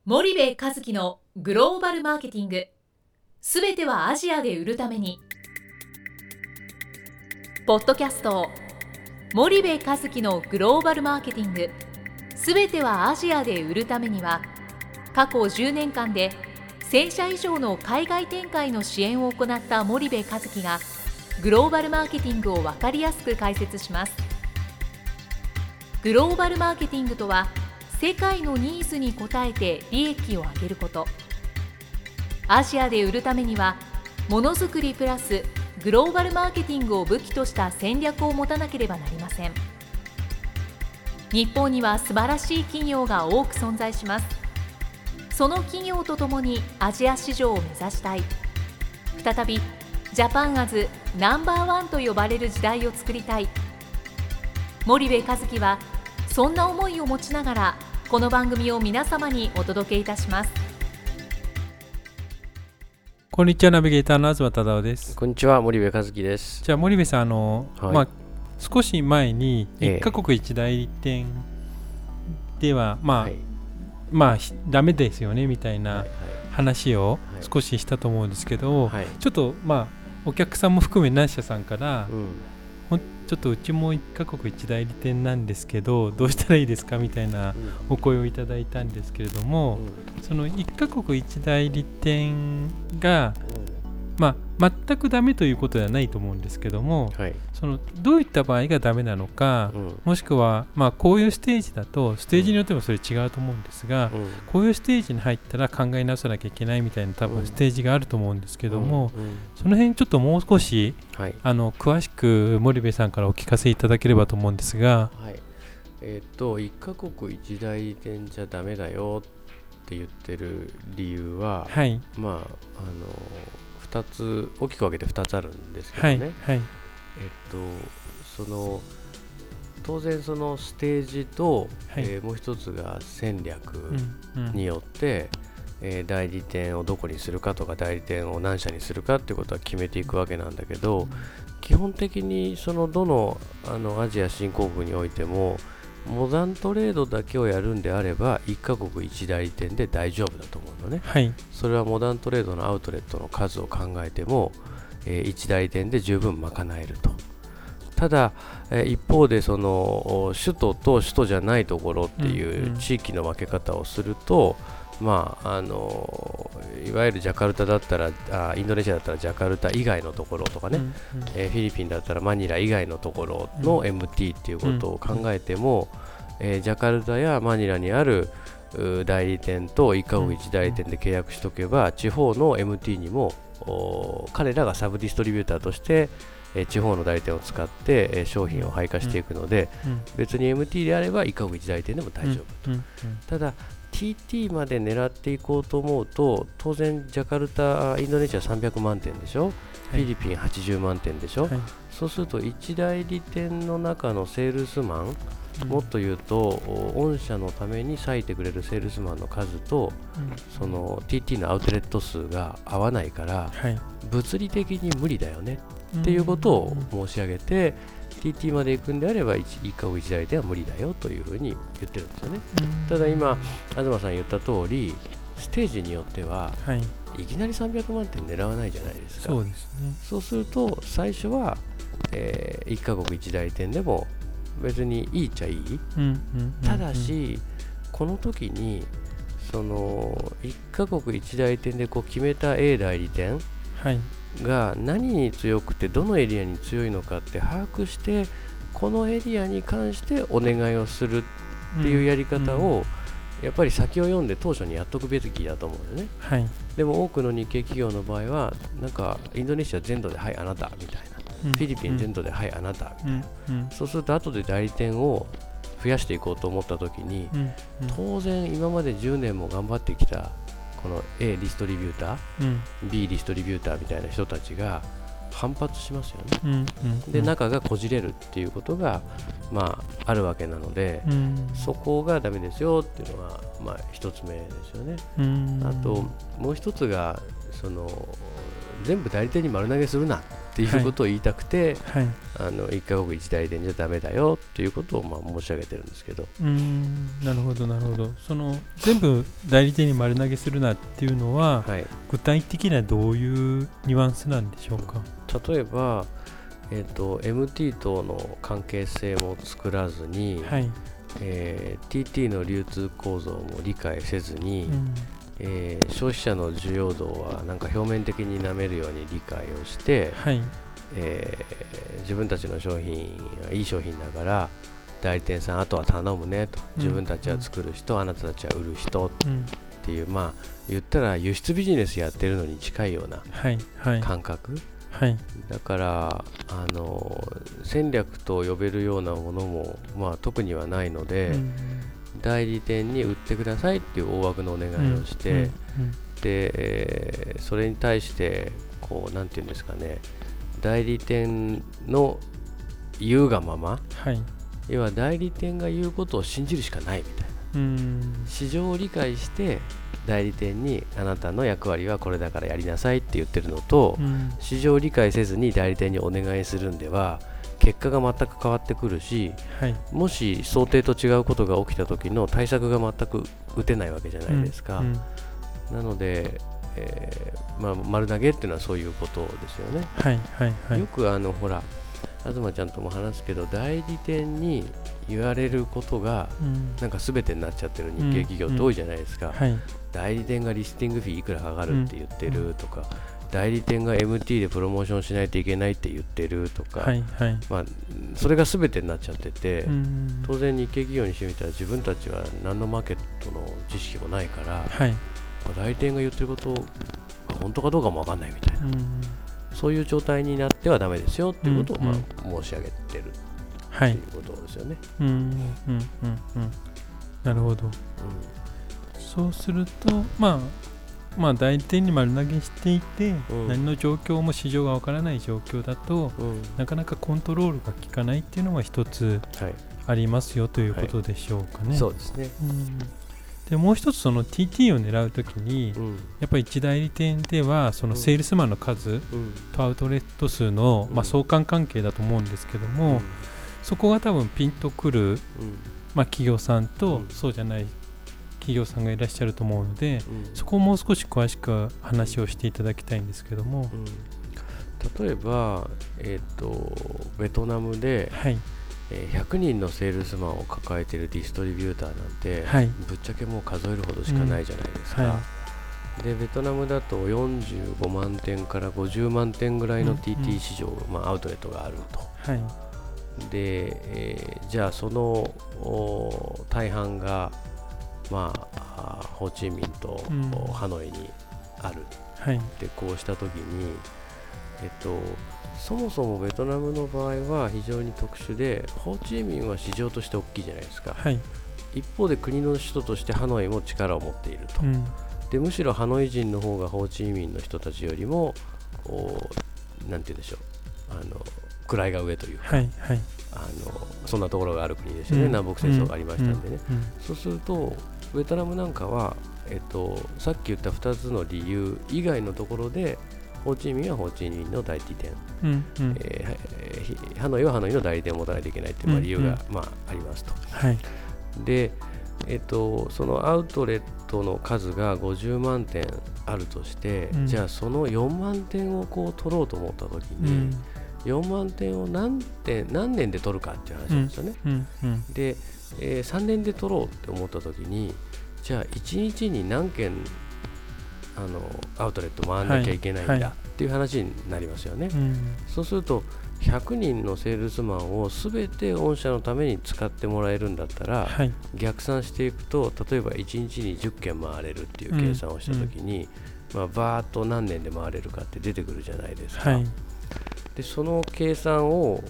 森部一樹のグローバルマーケティング、すべてはアジアで売るために。ポッドキャスト森部一樹のグローバルマーケティング、すべてはアジアで売るためには、過去10年間で1000社以上の海外展開の支援を行った森部一樹がグローバルマーケティングを分かりやすく解説します。グローバルマーケティングとは、世界のニーズに応えて利益を上げること。アジアで売るためには、ものづくりプラスグローバルマーケティングを武器とした戦略を持たなければなりません。日本には素晴らしい企業が多く存在します。その企業とともにアジア市場を目指したい。再びジャパンアズナンバーワンと呼ばれる時代を作りたい。森部一樹はそんな思いを持ちながら、この番組を皆様にお届けいたします。 こんにちは、ナビゲーターの東忠夫です。 こんにちは、森部一樹です。 じゃあ森部さん、少し前に1カ国1代理店では、ダメですよねみたいな話を少ししたと思うんですけど、ちょっとお客さんも含め何社さんから、ちょっとうちも1カ国1代理店なんですけどどうしたらいいですかみたいなお声をいただいたんですけれども、その1カ国1代理店が、全くダメということではないと思うんですけども、そのどういった場合がダメなのか、もしくは、こういうステージだとステージによってもそれ違うと思うんですが、こういうステージに入ったら考え直さなきゃいけないみたいな多分ステージがあると思うんですけども、その辺ちょっともう少し、詳しく森部さんからお聞かせいただければと思うんですが、 1カ国1代理店じゃダメだよって言ってる理由は、2つ大きく分けて2つあるんですけどね、当然そのステージと、もう一つが戦略によって、代理店をどこにするかとか代理店を何社にするかっていうことは決めていくわけなんだけど、基本的にそのどの、アジア新興国においてもモダントレードだけをやるんであれば1カ国1代理店で大丈夫だと思うのね、それはモダントレードのアウトレットの数を考えても、1代理店で十分賄えると。ただ、一方でその首都と首都じゃないところっていう地域の分け方をすると、いわゆるジャカルタだったらインドネシアだったらジャカルタ以外のところとかね、フィリピンだったらマニラ以外のところの MT っていうことを考えても、ジャカルタやマニラにある代理店と1カ国1代理店で契約しておけば、地方の MT にも彼らがサブディストリビューターとして地方の代理店を使って商品を配下していくので、別に MT であれば1カ国1代理店でも大丈夫と。ただTT まで狙っていこうと思うと、当然ジャカルタ、インドネシア300万店でしょ、フィリピン80万店でしょ、そうすると1代理店の中のセールスマン、もっと言うと御社のために割いてくれるセールスマンの数と、その TT のアウトレット数が合わないから、物理的に無理だよねっていうことを申し上げて、TT まで行くんであれば1カ国1代理店は無理だよというふうに言ってるんですよね。ただ今東さん言った通り、ステージによっては、いきなり300万点狙わないじゃないですか。そうすると最初は、1カ国1代理店でも別にいいっちゃいい、ただしこの時にその1カ国1代理店でこう決めた A 代理店が何に強くてどのエリアに強いのかって把握して、このエリアに関してお願いをするっていうやり方をやっぱり先を読んで当初にやっとくべきだと思うよね。でも多くの日系企業の場合はなんかインドネシア全土ではいあなたみたいな、フィリピン全土ではいあなたみたいな、そうすると後で代理店を増やしていこうと思った時に、当然今まで10年も頑張ってきたこの A ディストリビューター、B ディストリビューターみたいな人たちが反発しますよね。で中がこじれるっていうことが、あるわけなので、そこがダメですよっていうのが、一つ目ですよね。あともう一つがその全部代理店に丸投げするなっていうことを言いたくて、はいはい、1カ国1代理店じゃダメだよということを申し上げてるんですけど。 なるほどなるほど。その全部代理店に丸投げするなっていうのは、はい、具体的にはどういうニュアンスなんでしょうか。 例えば、MT との関係性も作らずに、はい、TT の流通構造も理解せずに、消費者の需要度はなんか表面的に舐めるように理解をして、はい、自分たちの商品はいい商品だから代理店さんあとは頼むねと、自分たちは作る人、あなたたちは売る人っていう、まあ言ったら輸出ビジネスやってるのに近いような感覚、はいはい、だから戦略と呼べるようなものも、まあ、特にはないので、代理店に売ってくださいっていう大枠のお願いをして、で、それに対してこうなんていうんですかね、代理店の言うがまま、はい、要は代理店が言うことを信じるしかないみたいな、市場を理解して代理店にあなたの役割はこれだからやりなさいって言ってるのと、市場を理解せずに代理店にお願いするんでは結果が全く変わってくるし、はい、もし想定と違うことが起きた時の対策が全く打てないわけじゃないですか、なので、まあ、丸投げっていうのはそういうことですよね、はいはいはい、よくほら東ちゃんとも話すけど代理店に言われることが、なんか全てになっちゃってる日系企業って多いじゃないですか、はい、代理店がリスティングフィーいくらかかるって言ってるとか、代理店が MT でプロモーションしないといけないって言ってるとか、はいはいまあ、それが全てになっちゃってて、当然日系企業にしてみたら自分たちは何のマーケットの知識もないから、はい、代理店が言ってることが本当かどうかも分かんないみたいな、そういう状態になってはダメですよっていうことを、まあ、申し上げてるっていうことですよね。 なるほど、そうするとまあ代理店に丸投げしていて、何の状況も市場がわからない状況だと、なかなかコントロールが効かないっていうのが一つありますよということでしょうかね。 そうですね。 でもう一つその TT を狙うときに、やっぱり一代理店ではそのセールスマンの数とアウトレット数の、まあ、相関関係だと思うんですけども、そこが多分ピンとくる、まあ、企業さんとそうじゃない企業さんがいらっしゃると思うので、そこをもう少し詳しく話をしていただきたいんですけども、 例えば、ベトナムで、はい100人のセールスマンを抱えているディストリビューターなんて、はい、ぶっちゃけもう数えるほどしかないじゃないですか、はい、でベトナムだと45万店から50万店ぐらいの TT 市場、まあ、アウトレットがあると、はい、で、じゃあその大半が、まあ、ホーチミンと、ハノイにある、はい、でこうしたときに、そもそもベトナムの場合は非常に特殊で、ホーチミンは市場として大きいじゃないですか、はい、一方で国の首都としてハノイも力を持っていると、でむしろハノイ人の方がホーチミンの人たちよりもなんて言うんでしょう、位が上というか、はいはい、そんなところがある国ですよね、南北戦争がありましたんでね、そうするとベトナムなんかは、さっき言った2つの理由以外のところでホーチミンはホーチミンの代理店、ハノイはハノイの代理店を持たないといけないという、理由が、まあ、ありますと、はい、で、そのアウトレットの数が50万店あるとして、じゃあその4万店をこう取ろうと思ったときに、4万店を何年で取るかっていう話なんですよね、で、3年で取ろうって思ったときに、じゃあ1日に何件アウトレット回んなきゃいけないんだっていう話になりますよね、そうすると100人のセールスマンをすべて御社のために使ってもらえるんだったら、はい、逆算していくと例えば1日に10件回れるっていう計算をしたときに、まあ、バーッと何年で回れるかって出てくるじゃないですか、はい、でその計算を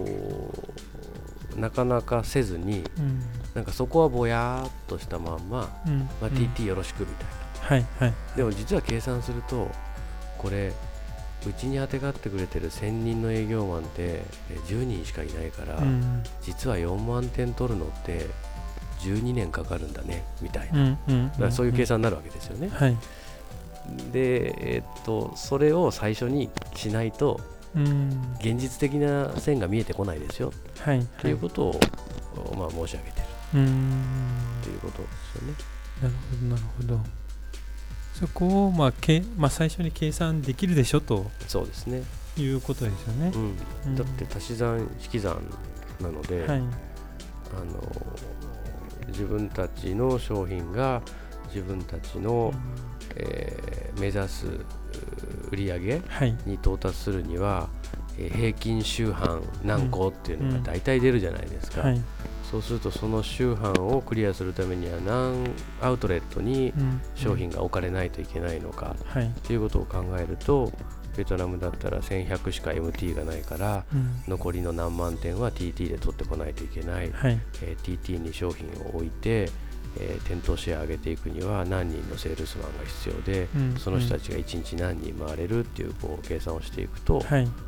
なかなかせずに、なんかそこはぼやーっとしたまんま、まあ、TT よろしくみたいな、はいはい、でも実は計算するとこれうちにあてがってくれてる1000人の営業マンって10人しかいないから、実は4万点取るのって12年かかるんだねみたいな、だからそういう計算になるわけですよね、はい、 で、それを最初にしないと現実的な線が見えてこないですよ、ということを、申し上げてるということですよね。 なるほどなるほど。そこを、最初に計算できるでしょと。 そうですね。 いうことですよね。 だって足し算引き算なので、自分たちの商品が自分たちの、目指す売り上げに到達するには、平均週販何個っていうのが大体出るじゃないですか。そうするとその週販をクリアするためには何アウトレットに商品が置かれないといけないのかということを考えると、ベトナムだったら1100しか MT がないから、残りの何万点は TT で取ってこないといけない、TT に商品を置いて、店頭シェア上げていくには何人のセールスマンが必要で、その人たちが1日何人回れるっていう計算をしていくと、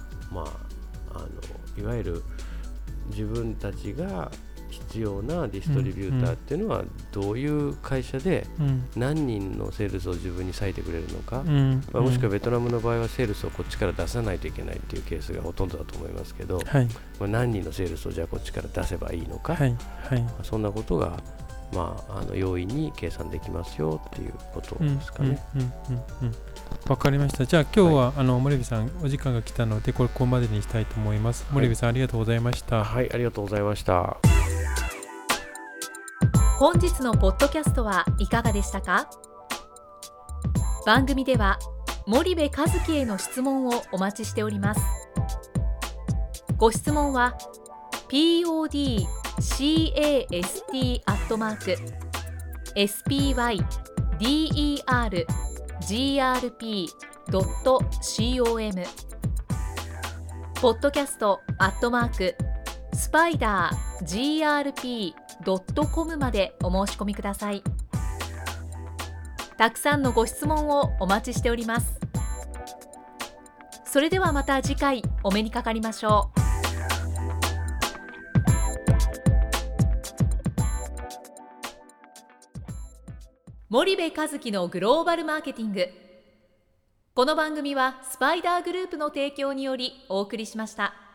いわゆる自分たちが必要なディストリビューターっていうのはどういう会社で何人のセールスを自分に割いてくれるのか、もしくはベトナムの場合はセールスをこっちから出さないといけないっていうケースがほとんどだと思いますけど、何人のセールスをじゃあこっちから出せばいいのか、そんなことが容易に計算できますよっていうことですかね。 わかりました。じゃあ今日は、森部さんお時間が来たのでここまでにしたいと思います。森部さん、ありがとうございました。 はい、ありがとうございました。 本日のポッドキャストはいかがでしたか？番組では森部一樹への質問をお待ちしております。ご質問は podcast@spydergrp.com podcast@spidergrp.com までお申し込みください。たくさんのご質問をお待ちしております。それではまた次回お目にかかりましょう。森部一樹のグローバルマーケティング。この番組はスパイダーグループの提供によりお送りしました。